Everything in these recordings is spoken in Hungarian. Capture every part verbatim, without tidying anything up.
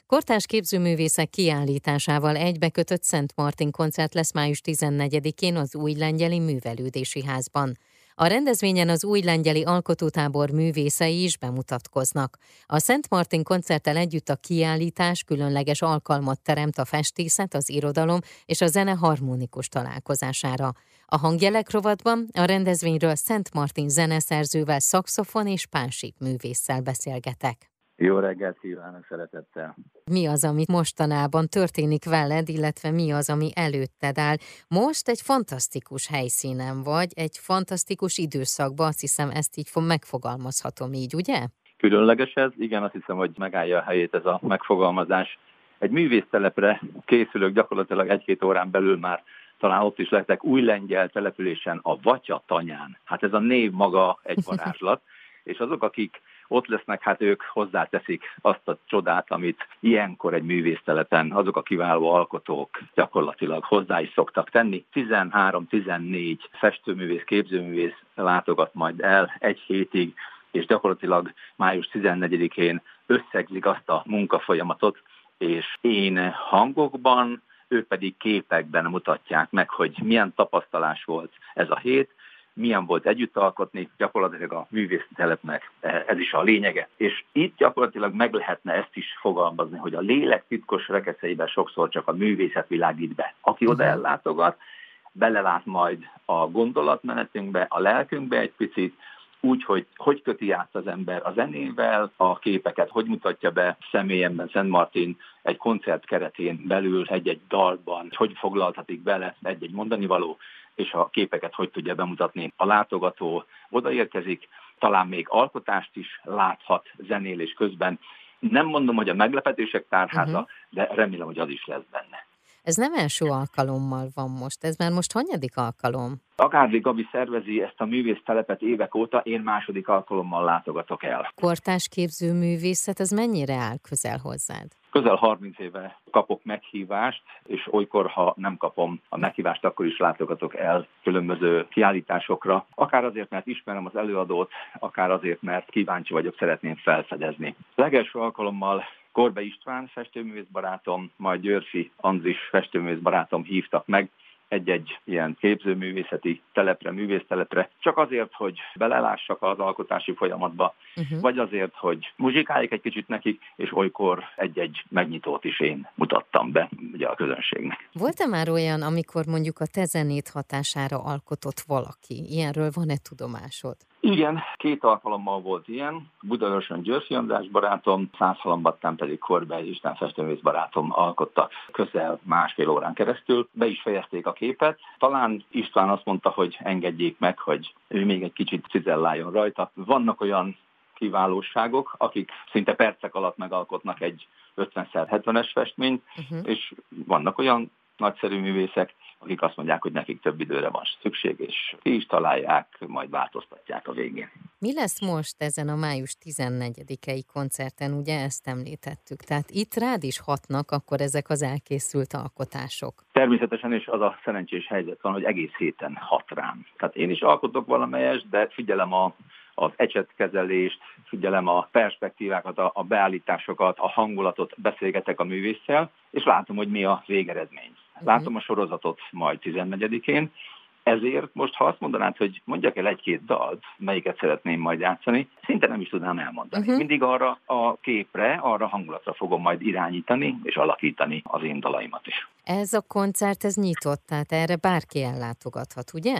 Kortárs képzőművészek kiállításával egybekötött Szent Martin koncert lesz május tizennegyedikén az Újlengyeli Művelődési Házban. A rendezvényen az Újlengyeli Alkotótábor művészei is bemutatkoznak. A Szent Martin koncerttel együtt a kiállítás különleges alkalmat teremt a festészet, az irodalom és a zene harmonikus találkozására. A hangjelek rovatban a rendezvényről Szent Martin zeneszerzővel, szaxofon és pánsíp művésszel beszélgetek. Jó reggelt kívánok szeretettel! Mi az, ami mostanában történik veled, illetve mi az, ami előtted áll? Most egy fantasztikus helyszínen vagy, egy fantasztikus időszakban, azt hiszem ezt így megfogalmazhatom így, ugye? Különleges ez, igen, azt hiszem, hogy megállja a helyét ez a megfogalmazás. Egy művésztelepre készülök gyakorlatilag egy-két órán belül már, talán ott is lehetek Újlengyel településen, a Vatyatanyán. Hát ez a név maga egy varázslat, és azok, akik ott lesznek, hát ők hozzáteszik azt a csodát, amit ilyenkor egy művésztelepen azok a kiváló alkotók gyakorlatilag hozzá is szoktak tenni. tizenhárom-tizennégy festőművész, képzőművész látogat majd el egy hétig, és gyakorlatilag május tizennegyedikén összegzik azt a munkafolyamatot, és én hangokban, ők pedig képekben mutatják meg, hogy milyen tapasztalás volt ez a hét, milyen volt együtt alkotni, gyakorlatilag a művésztelepnek ez is a lényege. És itt gyakorlatilag meg lehetne ezt is fogalmazni, hogy a lélek titkos rekeszeiben sokszor csak a művészet világít be. Aki oda ellátogat, belelát majd a gondolatmenetünkbe, a lelkünkbe egy picit, úgy, hogy hogy köti át az ember a zenével, a képeket, hogy mutatja be személyemben Szent Martin egy koncert keretén belül, egy-egy dalban, hogy foglaltatik bele egy-egy mondanivaló, és a képeket hogy tudja bemutatni. A látogató odaérkezik, talán még alkotást is láthat zenélés közben. Nem mondom, hogy a meglepetések tárháza, uh-huh. de remélem, hogy az is lesz benne. Ez nem első alkalommal van most, ez már most hanyadik alkalom? Agárdi Gabi szervezi ezt a művésztelepet évek óta, én második alkalommal látogatok el. Kortárs képzőművészet, ez mennyire áll közel hozzád? Közel harminc éve kapok meghívást, és olykor, ha nem kapom a meghívást, akkor is látogatok el különböző kiállításokra. Akár azért, mert ismerem az előadót, akár azért, mert kíváncsi vagyok, szeretném felfedezni. Legelső alkalommal Korbe István festőművész barátom, majd Györfi Andris festőművész barátom hívtak meg egy-egy ilyen képzőművészeti telepre, művésztelepre, csak azért, hogy belelássak az alkotási folyamatba, uh-huh. vagy azért, hogy muzsikáljék egy kicsit nekik, és olykor egy-egy megnyitót is én mutattam be ugye a közönségnek. Volt-e már olyan, amikor mondjuk a te zenét hatására alkotott valaki? Ilyenről van-e tudomásod? Igen, két alkalommal volt ilyen. Budaörsön Györfi András barátom, Szászhalombattán pedig Korbe István festőművész barátom alkottak közel másfél órán keresztül. Be is fejezték a képet. Talán István azt mondta, hogy engedjék meg, hogy ő még egy kicsit cizelláljon rajta. Vannak olyan kiválóságok, akik szinte percek alatt megalkotnak egy ötven szer hetvenes festményt, uh-huh. és vannak olyan nagyszerű művészek, akik azt mondják, hogy nekik több időre van szükség, és ki is találják, majd változtatják a végén. Mi lesz most ezen a május tizennegyedikei koncerten, ugye ezt említettük, tehát itt rád is hatnak akkor ezek az elkészült alkotások? Természetesen is az a szerencsés helyzet van, hogy egész héten hat rám. Tehát én is alkotok valamelyest, de figyelem a az ecsetkezelést, figyelem a perspektívákat, a, a beállításokat, a hangulatot, beszélgetek a művésszel, és látom, hogy mi a végeredmény. Látom a sorozatot majd tizennegyedikén, ezért most, ha azt mondanád, hogy mondjak el egy-két dalt, melyiket szeretném majd játszani, szinte nem is tudnám elmondani. Uh-huh. Mindig arra a képre, arra a hangulatra fogom majd irányítani és alakítani az én dalaimat is. Ez a koncert, ez nyitott, tehát erre bárki ellátogathat, ugye?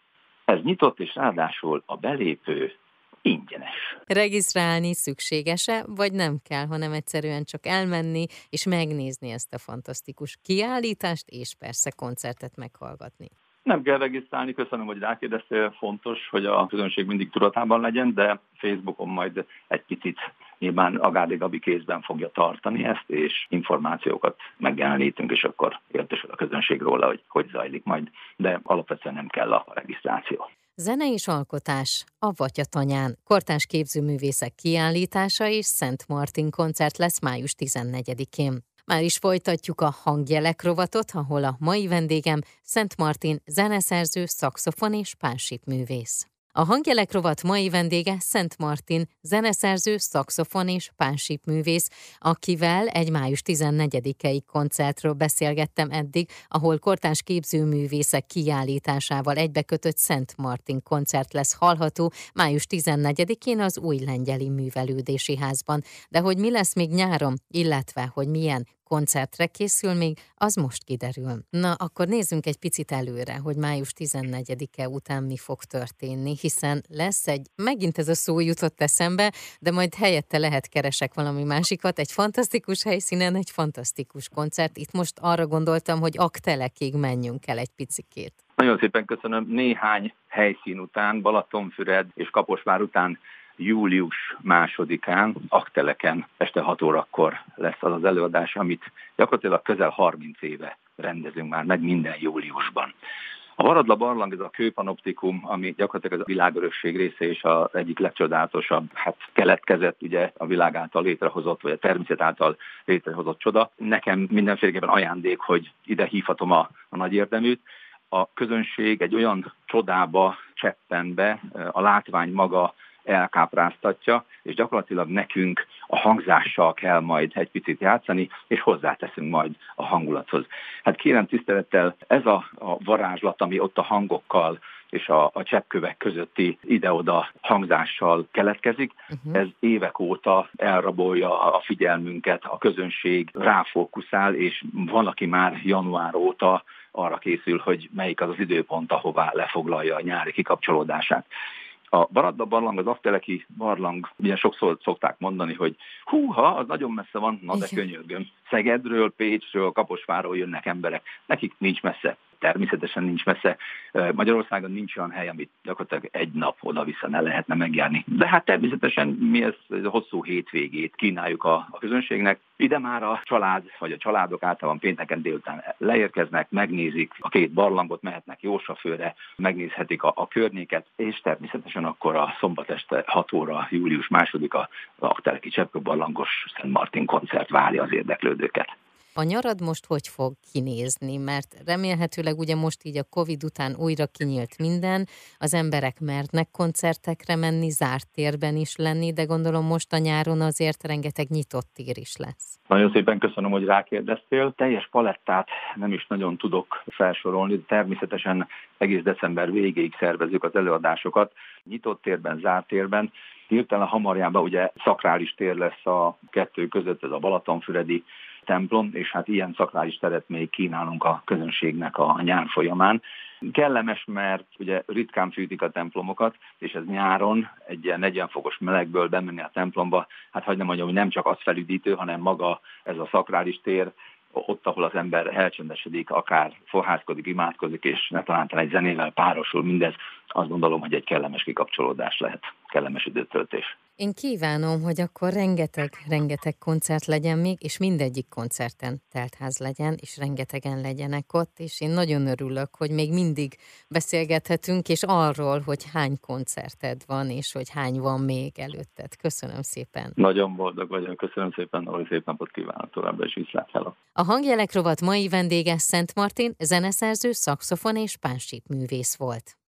Ez nyitott, és ráadásul a belépő ingyenes. Regisztrálni szükséges-e, vagy nem kell, hanem egyszerűen csak elmenni és megnézni ezt a fantasztikus kiállítást, és persze koncertet meghallgatni? Nem kell regisztrálni, köszönöm, hogy rákérdeztél, fontos, hogy a közönség mindig tudatában legyen, de Facebookon majd egy picit nyilván Agárdi Gabi kézben fogja tartani ezt, és információkat megjelenítünk, és akkor értesül a közönség róla, hogy hogy zajlik majd, de alapvetően nem kell a regisztráció. Zene és alkotás a Vatyatanyán. Kortárs képzőművészek kiállítása és Szent Martin koncert lesz május tizennegyedikén. Már is folytatjuk a hangjelek rovatot, ahol a mai vendégem Szent Martin zeneszerző, szaxofon és pánsíp művész. A Hangjelek rovat mai vendége Szent Martin, zeneszerző, szaxofon és pánsípművész, akivel egy május tizennegyedikei koncertről beszélgettem eddig, ahol kortárs képzőművészek kiállításával egybekötött Szent Martin koncert lesz hallható május tizennegyedikén az Újlengyeli Művelődési Házban. De hogy mi lesz még nyáron, illetve hogy milyen koncertre készül még, az most kiderül. Na, akkor nézzünk egy picit előre, hogy május tizennegyedike után mi fog történni, hiszen lesz egy, megint ez a szó jutott eszembe, de majd helyette lehet keresek valami másikat, egy fantasztikus helyszínen, egy fantasztikus koncert. Itt most arra gondoltam, hogy Aktelekig menjünk el egy picikét. Nagyon szépen köszönöm. Néhány helyszín után, Balatonfüred és Kaposvár után július másodikán, Akteleken este hat órakor lesz az az előadás, amit gyakorlatilag közel harminc éve rendezünk már meg minden júliusban. A Varadla barlang, ez a kőpanoptikum, ami gyakorlatilag a világörökség része és az egyik legcsodálatosabb, hát keletkezett ugye a világ által létrehozott, vagy a természet által létrehozott csoda. Nekem mindenféleképpen ajándék, hogy ide hívhatom a, a nagy érdeműt. A közönség egy olyan csodába cseppen be, a látvány maga elkápráztatja, és gyakorlatilag nekünk a hangzással kell majd egy picit játszani, és hozzáteszünk majd a hangulathoz. Hát kérem tisztelettel, ez a, a varázslat, ami ott a hangokkal és a, a cseppkövek közötti ide-oda hangzással keletkezik, uh-huh. ez évek óta elrabolja a figyelmünket, a közönség ráfókuszál, és van, aki már január óta arra készül, hogy melyik az az időpont, ahová lefoglalja a nyári kikapcsolódását. A Varadla barlang, az Akteleki barlang, ugye sokszor szokták mondani, hogy húha, az nagyon messze van, na de könyörgöm. Szegedről, Pécsről, Kaposvárról jönnek emberek, nekik nincs messze. Természetesen nincs messze. Magyarországon nincs olyan hely, amit gyakorlatilag egy nap oda-vissza ne lehetne megjárni. De hát természetesen mi ezt a hosszú hétvégét kínáljuk a, a közönségnek. Ide már a család, vagy a családok általában pénteken délután leérkeznek, megnézik a két barlangot, mehetnek Jósafőre, megnézhetik a, a környéket, és természetesen akkor a szombat este hat óra, július másodika az Akteleki cseppkőbarlangos Szent Martin koncert várja az érdeklődőket. A nyarad most hogy fog kinézni? Mert remélhetőleg ugye most így a Covid után újra kinyílt minden, az emberek mernek koncertekre menni, zárt térben is lenni, de gondolom most a nyáron azért rengeteg nyitott tér is lesz. Nagyon szépen köszönöm, hogy rákérdeztél. Teljes palettát nem is nagyon tudok felsorolni, de természetesen egész december végéig szervezzük az előadásokat, nyitott térben, zárt térben. Hirtelen hamarjában ugye szakrális tér lesz a kettő között, ez a balatonfüredi templom, és hát ilyen szakrális teret még kínálunk a közönségnek a nyár folyamán. Kellemes, mert ugye ritkán fűtik a templomokat, és ez nyáron egy ilyen negyven fokos melegből bemenni a templomba, hát hagyd nem mondjam, hogy nem csak az felüdítő, hanem maga ez a szakrális tér, ott, ahol az ember elcsendesedik, akár fohászkodik, imádkozik, és ne talán egy zenével párosul mindez, azt gondolom, hogy egy kellemes kikapcsolódás lehet, kellemes időtöltés. Én kívánom, hogy akkor rengeteg, rengeteg koncert legyen még, és mindegyik koncerten teltház legyen, és rengetegen legyenek ott, és én nagyon örülök, hogy még mindig beszélgethetünk, és arról, hogy hány koncerted van, és hogy hány van még előtted. Köszönöm szépen. Nagyon boldog vagyok, köszönöm szépen, ahogy szép napot kívánok továbbra, és viszlát, hello. A Hangjelek rovat mai vendége Szent Martin, zeneszerző, szaxofon és pánsípművész volt.